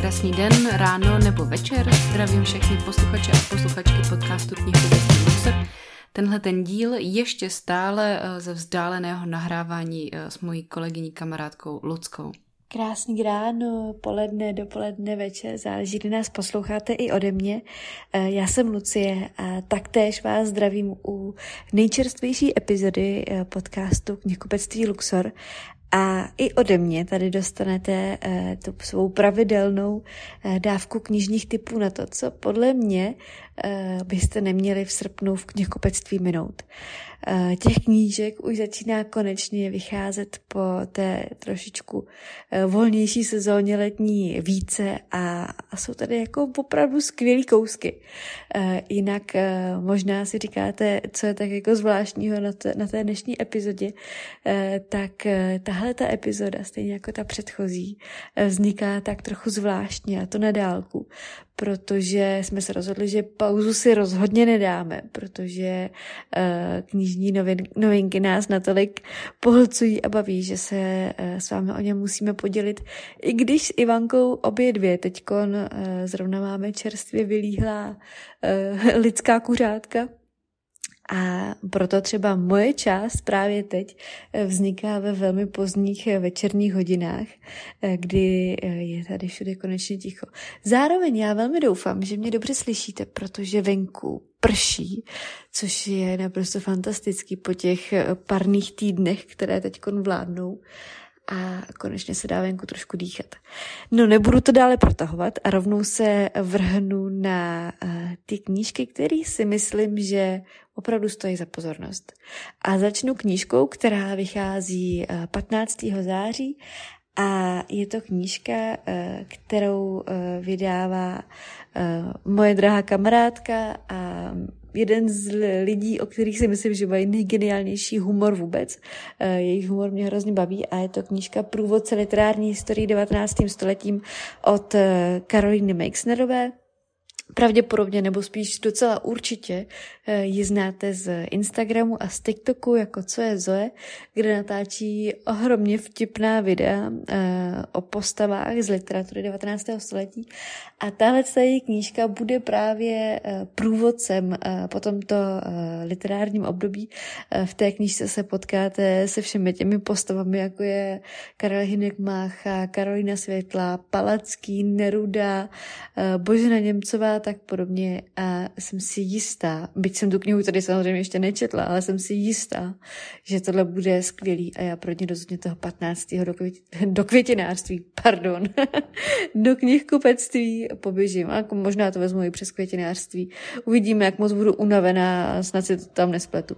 Krásný den, ráno nebo večer. Zdravím všechny posluchače a posluchačky podcastu Knihkupectví Luxor. Tenhle ten díl ještě stále ze vzdáleného nahrávání s mojí kolegyní kamarádkou Luckou. Krásný ráno, poledne, dopoledne, večer, záleží, kdy nás posloucháte i ode mě. Já jsem Lucie a taktéž vás zdravím u nejčerstvější epizody podcastu Knihkupectví Luxor. A i ode mě tady dostanete tu svou pravidelnou dávku knižních tipů na to, co podle mě byste neměli v srpnu v knihkupectví minout. Těch knížek už začíná konečně vycházet po té trošičku volnější sezóně letní více a jsou tady jako opravdu skvělý kousky. Jinak možná si říkáte, co je tak jako zvláštního na té dnešní epizodě, tak tahle ta epizoda, stejně jako ta předchozí, vzniká tak trochu zvláštně a to na dálku, protože jsme se rozhodli, že pauzu si rozhodně nedáme, protože knižní novinky nás natolik pohlcují a baví, že se s vámi o ně musíme podělit. I když s Ivankou obě dvě teďkon zrovna máme čerstvě vylíhlá lidská kuřátka, a proto třeba moje část právě teď vzniká ve velmi pozdních večerních hodinách, kdy je tady všude konečně ticho. Zároveň já velmi doufám, že mě dobře slyšíte, protože venku prší, což je naprosto fantastický po těch parných týdnech, které teďkon vládnou. A konečně se dá venku trošku dýchat. No, nebudu to dále protahovat a rovnou se vrhnu na ty knížky, které si myslím, že opravdu stojí za pozornost. A začnu knížkou, která vychází 15. září a je to knížka, kterou vydává moje drahá kamarádka a jeden z lidí, o kterých si myslím, že mají nejgeniálnější humor vůbec. Jejich humor mě hrozně baví a je to knížka Průvodce literární historií 19. stoletím od Karolíny Meixnerové. Pravděpodobně, nebo spíš docela určitě ji znáte z Instagramu a z TikToku jako Co je Zoe, kde natáčí ohromně vtipná videa o postavách z literatury 19. století. A tahle její knížka bude právě průvodcem po tomto literárním období. V té knížce se potkáte se všemi těmi postavami, jako je Karel Hynek Mácha, Karolína Světlá, Palacký, Neruda, Božena Němcová, tak podobně a jsem si jistá, byť jsem tu knihu tady samozřejmě ještě nečetla, ale jsem si jistá, že tohle bude skvělý a já pro ně rozhodně toho 15. do květinářství, do knihkupectví poběžím a možná to vezmu i přes květinářství. Uvidíme, jak moc budu unavená a snad si to tam nespletu.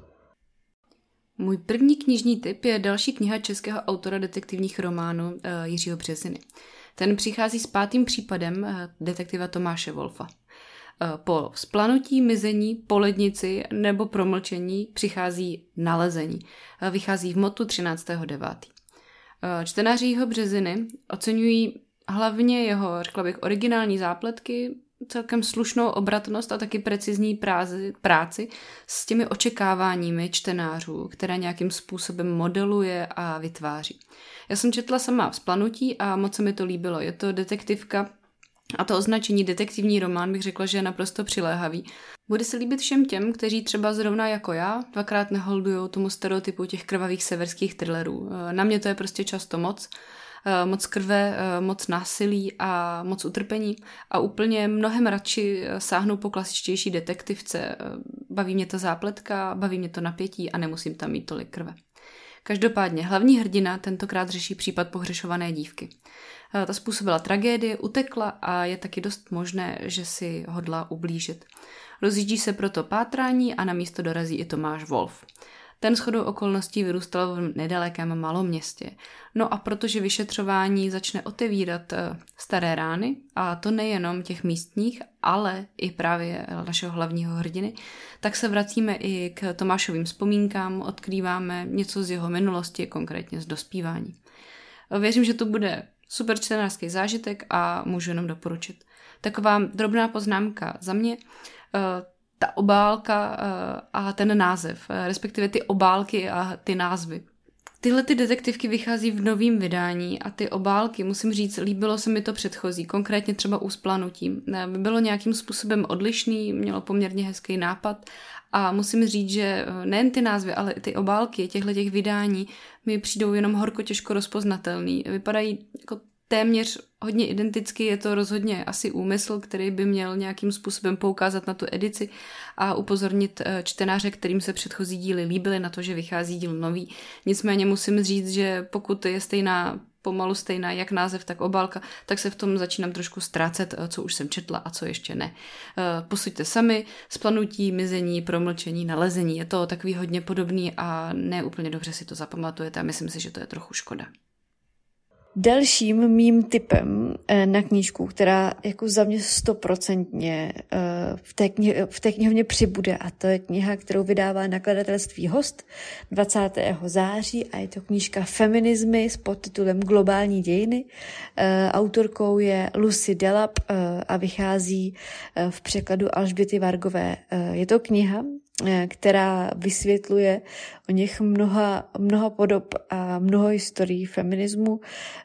Můj první knižní tip je další kniha českého autora detektivních románů Jiřího Březiny. Ten přichází s 5. případem detektiva Tomáše Wolfa. Po vzplanutí, mizení, po lednici nebo promlčení přichází nalezení. Vychází v motu 13.9. Čtenáři Jiřího Březiny oceňují hlavně jeho, řekla bych, originální zápletky, celkem slušnou obratnost a taky precizní práci s těmi očekáváními čtenářů, které nějakým způsobem modeluje a vytváří. Já jsem četla sama Vzplanutí a moc se mi to líbilo. Je to detektivka a to označení detektivní román bych řekla, že je naprosto přiléhavý. Bude se líbit všem těm, kteří třeba zrovna jako já dvakrát neholdujou tomu stereotypu těch krvavých severských thrillerů. Na mě to je prostě často moc krve, moc násilí a moc utrpení a úplně mnohem radši sáhnu po klasičtější detektivce. Baví mě ta zápletka, baví mě to napětí a nemusím tam mít tolik krve. Každopádně hlavní hrdina tentokrát řeší případ pohřešované dívky. Ta způsobila tragédie, utekla a je taky dost možné, že si hodlá ublížit. Rozjíždí se proto pátrání a na místo dorazí i Tomáš Wolf. Ten shodou okolností vyrůstal v nedalekém maloměstě. No a protože vyšetřování začne otevírat staré rány, a to nejenom těch místních, ale i právě našeho hlavního hrdiny, tak se vracíme i k Tomášovým vzpomínkám, odkrýváme něco z jeho minulosti, konkrétně z dospívání. Věřím, že to bude super čtenářský zážitek a můžu jenom doporučit. Taková drobná poznámka za mě, ta obálka a ten název, respektive ty obálky a ty názvy, Tyhle ty detektivky vychází v novém vydání a ty obálky, musím říct, líbilo se mi to předchozí, konkrétně třeba Usplanutí. Bylo nějakým způsobem odlišný, mělo poměrně hezký nápad a musím říct, že nejen ty názvy, ale i ty obálky těchto vydání mi přijdou jenom horko těžko rozpoznatelný. Vypadají jako téměř hodně identicky, je to rozhodně asi úmysl, který by měl nějakým způsobem poukázat na tu edici a upozornit čtenáře, kterým se předchozí díly líbily, na to, že vychází díl nový. Nicméně musím říct, že pokud je pomalu stejná jak název, tak obálka, tak se v tom začínám trošku ztrácet, co už jsem četla a co ještě ne. Posuďte sami, Splanutí, Mizení, Promlčení, Nalezení. Je to takový hodně podobný a ne úplně dobře si to zapamatujete a myslím si, že to je trochu škoda. Dalším mým tipem na knížku, která jako za mě 100% v té knihovně přibude, a to je kniha, kterou vydává nakladatelství Host 20. září a je to knížka Feminismy s podtitulem Globální dějiny. Autorkou je Lucy Delap a vychází v překladu Alžběty Vargové. Je to kniha, která vysvětluje o něch mnoha podob a mnoho historií feminismu,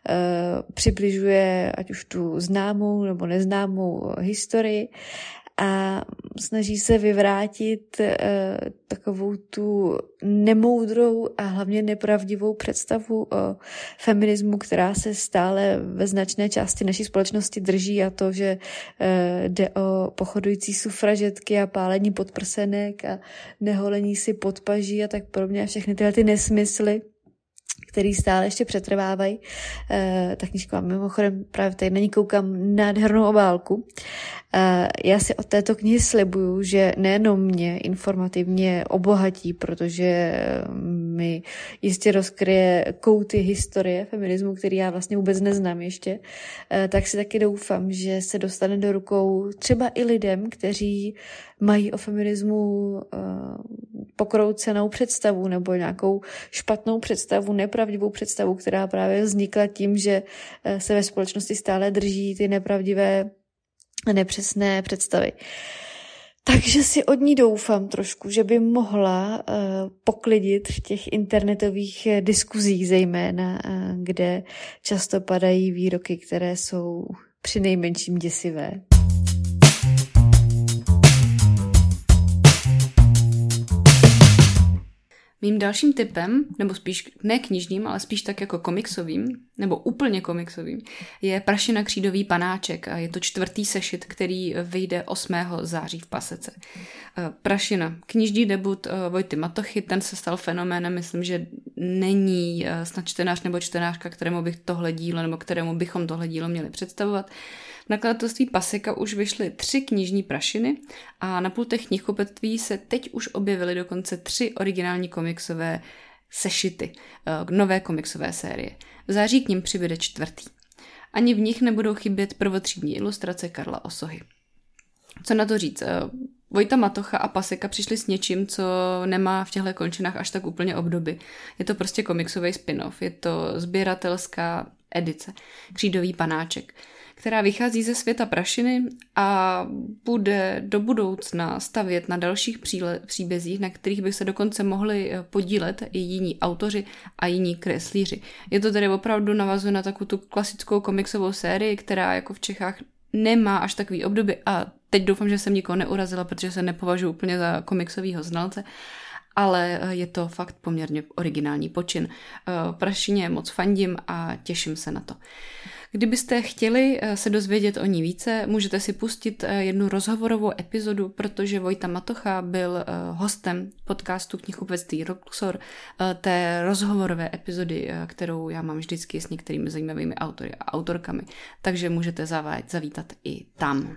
přibližuje ať už tu známou nebo neznámou historii a snaží se vyvrátit takovou tu nemoudrou a hlavně nepravdivou představu o feminismu, která se stále ve značné části naší společnosti drží, a to, že jde o pochodující sufražetky a pálení podprsenek a neholení si podpaží a tak podobně a všechny tyhle ty nesmysly, který stále ještě přetrvávají. Ta knížka mám mimochodem právě tady na ní koukám nádhernou obálku. Já si od této knihy slibuju, že nejenom mě informativně obohatí, protože mi jistě rozkryje kouty historie feminismu, který já vlastně vůbec neznám ještě, tak si taky doufám, že se dostane do rukou třeba i lidem, kteří mají o feminismu pokroucenou představu nebo nějakou špatnou představu, nepravdivou představu, která právě vznikla tím, že se ve společnosti stále drží ty nepravdivé a nepřesné představy. Takže si od ní doufám trošku, že by mohla poklidit v těch internetových diskuzích zejména, kde často padají výroky, které jsou přinejmenším děsivé. Mým dalším tipem, nebo spíš ne knižním, ale spíš tak jako komiksovým, nebo úplně komiksovým, je Prašina křídový panáček a je to 4. sešit, který vyjde 8. září v Pasece. Prašina, knižní debut Vojty Matochy, ten se stal fenoménem, myslím, že není snad čtenář nebo čtenářka, kterému bychom tohle dílo měli představovat. V nakladatelství Paseka už vyšly 3 knižní prašiny a na pultech knihkupectví se teď už objevily dokonce 3 originální komiksové sešity, nové komiksové série. V září k nim přibude 4. Ani v nich nebudou chybět prvotřídní ilustrace Karla Osohy. Co na to říct? Vojta Matocha a Paseka přišli s něčím, co nemá v těchto končinách až tak úplně obdoby. Je to prostě komiksový spin-off, je to sběratelská edice, Křídový panáček, která vychází ze světa Prašiny a bude do budoucna stavět na dalších příbězích, na kterých by se dokonce mohli podílet i jiní autoři a jiní kreslíři. Je to tedy opravdu navazuje na takovou tu klasickou komiksovou sérii, která jako v Čechách nemá až takový obdoby a teď doufám, že jsem nikoho neurazila, protože se nepovažuji úplně za komiksovýho znalce, ale je to fakt poměrně originální počin. Prašině moc fandím a těším se na to. Kdybyste chtěli se dozvědět o ní více, můžete si pustit jednu rozhovorovou epizodu, protože Vojta Matocha byl hostem podcastu Knihkupectví Roxor, té rozhovorové epizody, kterou já mám vždycky s některými zajímavými autory a autorkami, takže můžete zavítat i tam.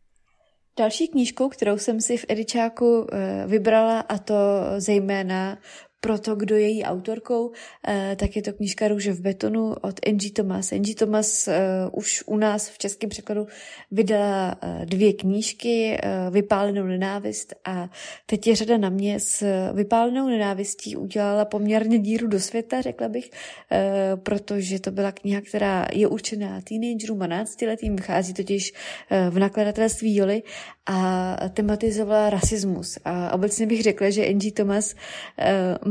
Další knížkou, kterou jsem si v edičáku vybrala, a to zejména pro to, kdo je její autorkou, tak je to knížka Růže v betonu od Angie Thomas. Angie Thomas už u nás v českém překladu vydala 2 knížky, Vypálenou nenávist, a teď je řada na mě. S Vypálenou nenávistí udělala poměrně díru do světa, řekla bych, protože to byla kniha, která je určená teenagerům a 12letým, vychází totiž v nakladatelství Joli a tematizovala rasismus. A obecně bych řekla, že Angie Thomas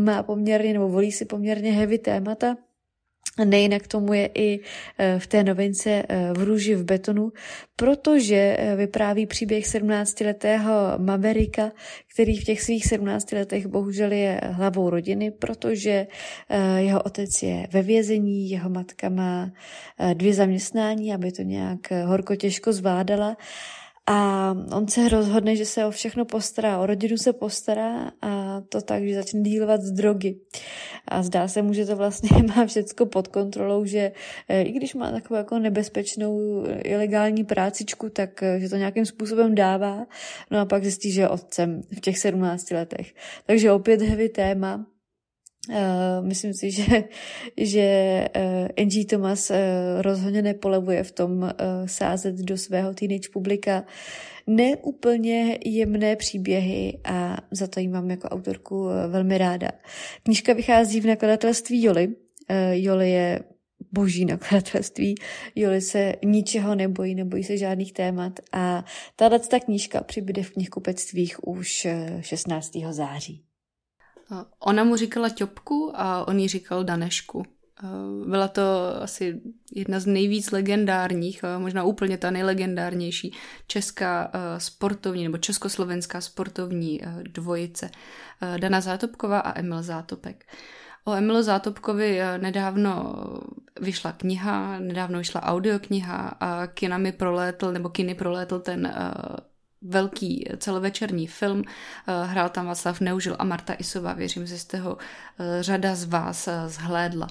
má poměrně, nebo volí si poměrně heavy témata. Nejinak tomu je i v té novince V růži v betonu, protože vypráví příběh 17letého Mavericka, který v těch svých 17 letech bohužel je hlavou rodiny, protože jeho otec je ve vězení, jeho matka má 2 zaměstnání, aby to nějak horko těžko zvládala. A on se rozhodne, že se o všechno postará, o rodinu se postará a to tak, že začne dílovat s drogy. A zdá se mu, že to vlastně má všecko pod kontrolou, že i když má takovou jako nebezpečnou ilegální prácičku, tak že to nějakým způsobem dává. No a pak zjistí, že je otcem v těch 17 letech. Takže opět heavy téma. Myslím si, že Angie Thomas rozhodně nepolevuje v tom sázet do svého teenage publika neúplně jemné příběhy a za to jí mám jako autorku velmi ráda. Knížka vychází v nakladatelství Jolly. Jolly je boží nakladatelství. Jolly se ničeho nebojí se žádných témat a tato knížka přibude v knihkupectvích už 16. září. Ona mu říkala Ťopku a on jí říkal Danešku. Byla to asi jedna z nejvíc legendárních, možná úplně ta nejlegendárnější česká sportovní nebo československá sportovní dvojice. Dana Zátopková a Emil Zátopek. O Emilu Zátopkovi nedávno vyšla kniha, nedávno vyšla audiokniha a kiny prolétl ten velký celovečerní film. Hrál tam Václav Neužil a Marta Isová. Věřím, že jste ho řada z vás zhlédla.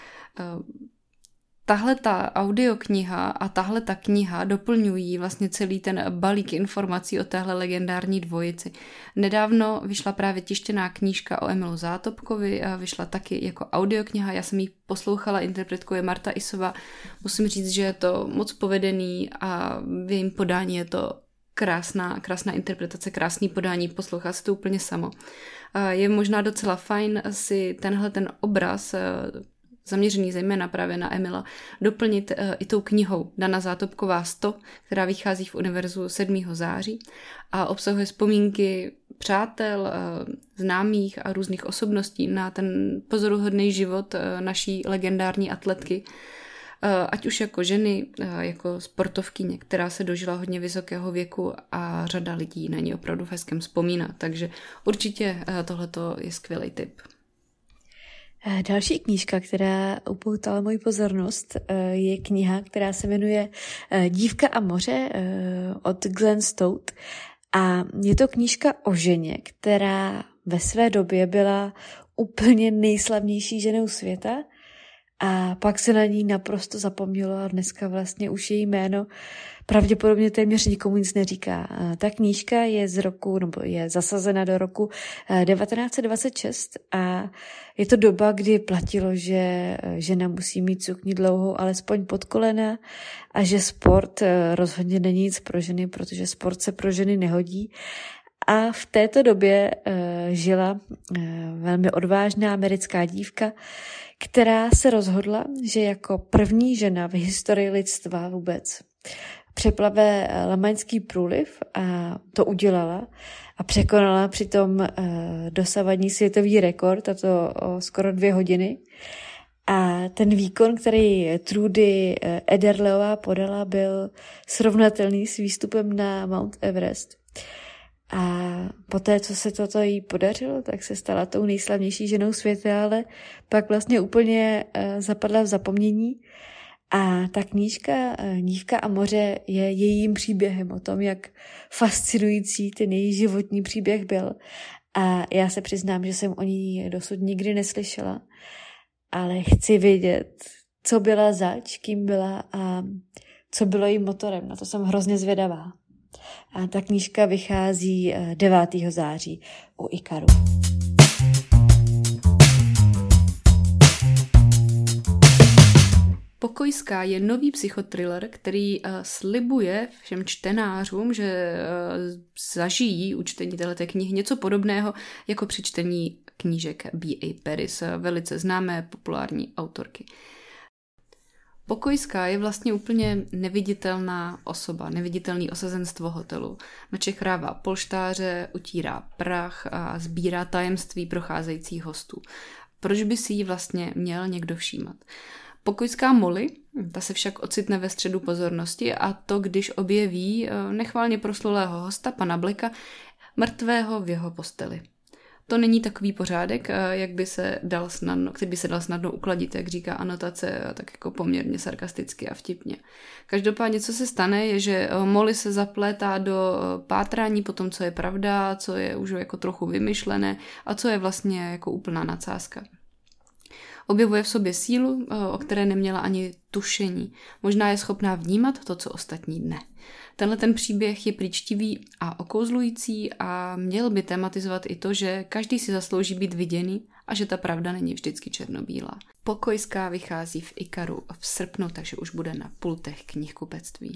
Tahle ta audiokniha a tahle ta kniha doplňují vlastně celý ten balík informací o téhle legendární dvojici. Nedávno vyšla právě tištěná knížka o Emilu Zátopkovi, vyšla taky jako audiokniha, já jsem ji poslouchala, interpretkou je Marta Isová. Musím říct, že je to moc povedený a v jejím podání je to krásná interpretace, krásný podání, poslouchá se to úplně samo. Je možná docela fajn si ten obraz, zaměřený zejména právě na Emila, doplnit i tou knihou Dana Zátopková 100, která vychází v univerzu 7. září a obsahuje vzpomínky přátel, známých a různých osobností na ten pozoruhodný život naší legendární atletky, ať už jako ženy, jako sportovkyně, která se dožila hodně vysokého věku a řada lidí na ní opravdu v hezkém vzpomíná. Takže určitě tohleto je skvělý tip. Další knížka, která upoutala moji pozornost, je kniha, která se jmenuje Dívka a moře od Glenn Stout. A je to knížka o ženě, která ve své době byla úplně nejslavnější ženou světa a pak se na ní naprosto zapomnělo a dneska vlastně už její jméno pravděpodobně téměř nikomu nic neříká. Ta knížka je je zasazena do roku 1926 a je to doba, kdy platilo, že žena musí mít sukni dlouhou alespoň pod kolena a že sport rozhodně není nic pro ženy, protože sport se pro ženy nehodí. A v této době žila velmi odvážná americká dívka, která se rozhodla, že jako první žena v historii lidstva vůbec přeplave Lamaňský průliv a to udělala a překonala přitom dosavadní světový rekord, a to o skoro 2 hodiny. A ten výkon, který Trudy Ederleová podala, byl srovnatelný s výstupem na Mount Everest. A poté, co se toto jí podařilo, tak se stala tou nejslavnější ženou světa, ale pak vlastně úplně zapadla v zapomnění. A ta knížka Dívka a moře je jejím příběhem o tom, jak fascinující ten její životní příběh byl. A já se přiznám, že jsem o ní dosud nikdy neslyšela, ale chci vědět, co byla zač, kým byla a co bylo jím motorem. Na to jsem hrozně zvědavá. A ta knížka vychází 9. září u Ikaru. Pokojská je nový psychotriller, který slibuje všem čtenářům, že zažijí u čtení této knihy něco podobného jako při čtení knížek B.A. Paris, velice známé populární autorky. Pokojská je vlastně úplně neviditelná osoba, neviditelný osazenstvo hotelu. Načechrává polštáře, utírá prach a sbírá tajemství procházejících hostů. Proč by si ji vlastně měl někdo všímat? Pokojská Molly, ta se však ocitne ve středu pozornosti a to, když objeví nechvalně proslulého hosta, pana Blacka, mrtvého v jeho posteli. To není takový pořádek, který by se dal snadno ukladit, jak říká anotace, tak jako poměrně sarkasticky a vtipně. Každopádně, co se stane, je, že Molly se zaplétá do pátrání po tom, co je pravda, co je už jako trochu vymyšlené a co je vlastně jako úplná nadsázka. Objevuje v sobě sílu, o které neměla ani tušení. Možná je schopná vnímat to, co ostatní ne. Tenhle ten příběh je příčtivý a okouzlující a měl by tematizovat i to, že každý si zaslouží být viděný a že ta pravda není vždycky černobílá. Pokojská vychází v Ikaru v srpnu, takže už bude na pultech knihkupectví.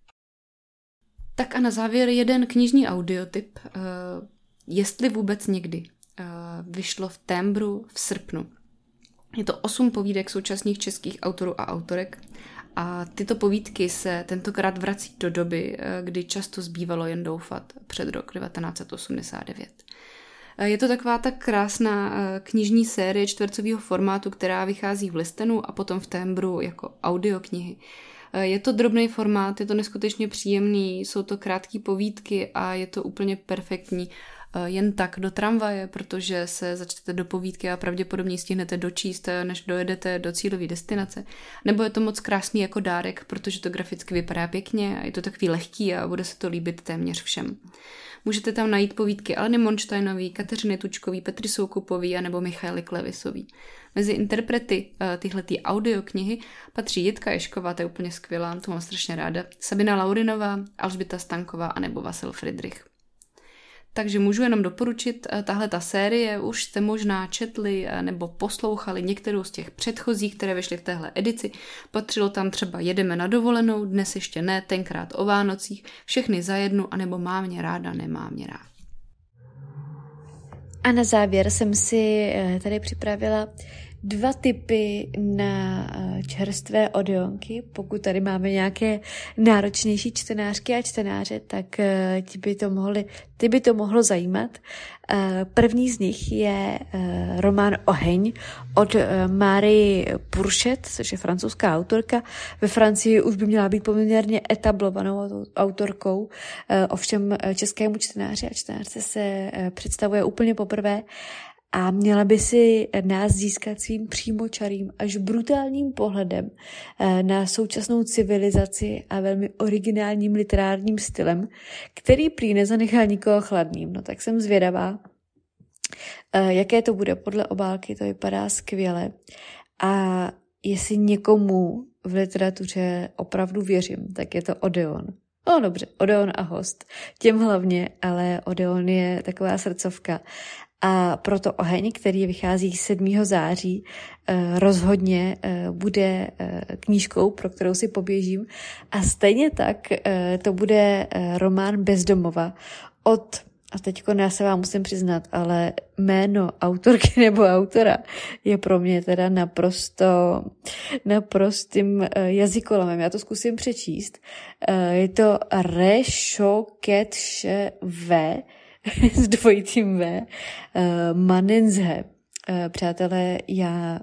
Tak a na závěr jeden knižní audiotyp, jestli vůbec někdy. Vyšlo v Témbru v srpnu. Je to 8 povídek současných českých autorů a autorek a tyto povídky se tentokrát vrací do doby, kdy často zbývalo jen doufat, před rok 1989. Je to taková tak krásná knižní série čtvercového formátu, která vychází v listenu a potom v Témbru jako audioknihy. Je to drobný formát, je to neskutečně příjemný, jsou to krátké povídky a je to úplně perfektní jen tak do tramvaje, protože se začtete do povídky a pravděpodobně stihnete dočíst, než dojedete do cílové destinace. Nebo je to moc krásný jako dárek, protože to graficky vypadá pěkně a je to takový lehký a bude se to líbit téměř všem. Můžete tam najít povídky Aleny Monštejnový, Kateřiny Tučkový, Petry Soukupový a nebo Michaely Klevisový. Mezi interprety tyhletý audioknihy patří Jitka Ješková, to je úplně skvělá, to mám strašně ráda, Sabina Laurinová, Alžběta Stanková a nebo Vasil Friedrich. Takže můžu jenom doporučit, tahle ta série už jste možná četli nebo poslouchali některou z těch předchozích, které vyšly v téhle edici. Patřilo tam třeba Jedeme na dovolenou, dnes ještě ne, tenkrát o Vánocích, všechny za jednu, anebo Mám mě ráda, nemám mě rád. A na závěr jsem si tady připravila 2 tipy na čerstvé odionky. Pokud tady máme nějaké náročnější čtenářky a čtenáře, tak ty by to mohlo zajímat. První z nich je román Oheň od Marie Pourchet, což je francouzská autorka. Ve Francii už by měla být poměrně etablovanou autorkou, ovšem českému čtenáři a čtenářce se představuje úplně poprvé a měla by si nás získat svým přímočarým až brutálním pohledem na současnou civilizaci a velmi originálním literárním stylem, který prý nezanechá nikoho chladným. No tak jsem zvědavá, jaké to bude podle obálky, to vypadá skvěle. A jestli někomu v literatuře opravdu věřím, tak je to Odeon. Dobře, Odeon a host. Těm hlavně, ale Odeon je taková srdcovka. A proto Oheň, který vychází 7. září, rozhodně bude knížkou, pro kterou si poběžím. A stejně tak to bude román Bezdomova a teďko já se vám musím přiznat, ale jméno autorky nebo autora je pro mě teda naprostým jazykolamem. Já to zkusím přečíst. Je to Rešoketševe s dvojitým V, Manenzhe. Přátelé, já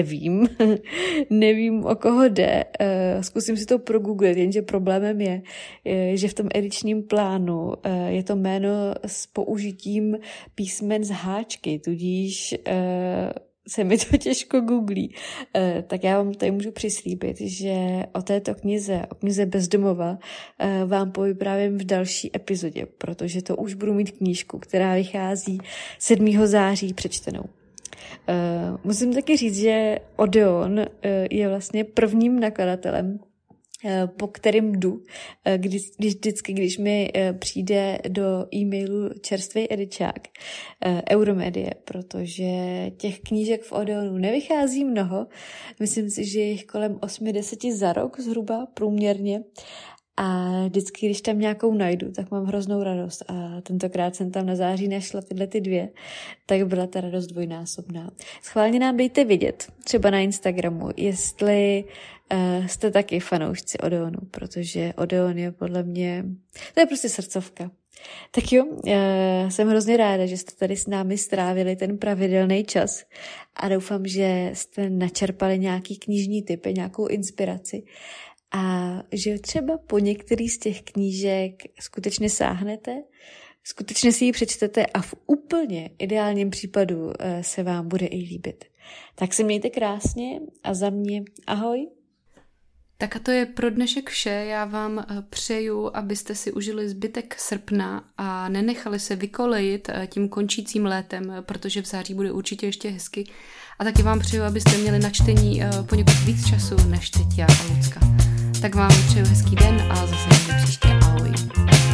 nevím, o koho jde, zkusím si to progooglit, jenže problémem je, že v tom edičním plánu je to jméno s použitím písmen z háčky, tudíž se mi to těžko googlí. Tak já vám tady můžu přislíbit, že o této knize, o knize Bezdomova, vám povyprávím v další epizodě, protože to už budu mít knížku, která vychází 7. září přečtenou. Musím taky říct, že Odeon je vlastně prvním nakladatelem, po kterým jdu, když mi přijde do e-mailu čerstvý edičák Euromedie, protože těch knížek v Odeonu nevychází mnoho. Myslím si, že je jich kolem 8-10 za rok zhruba průměrně. A vždycky, když tam nějakou najdu, tak mám hroznou radost. A tentokrát jsem tam na září našla tyhle 2, tak byla ta radost dvojnásobná. Schválně nám dejte vědět, třeba na Instagramu, jestli jste taky fanoušci Odeonu, protože Odeon je podle mě, to je prostě srdcovka. Tak jo, jsem hrozně ráda, že jste tady s námi strávili ten pravidelný čas a doufám, že jste načerpali nějaký knižní tipy, nějakou inspiraci a že třeba po některý z těch knížek skutečně sáhnete, skutečně si ji přečtete a v úplně ideálním případu se vám bude i líbit. Tak se mějte krásně a za mě ahoj. Tak a to je pro dnešek vše. Já vám přeju, abyste si užili zbytek srpna a nenechali se vykolejit tím končícím létem, protože v září bude určitě ještě hezky. A taky vám přeju, abyste měli na čtení poněkud víc času než teď já a Lucka. Tak vám přeju hezký den a zase někdy příště. Ahoj.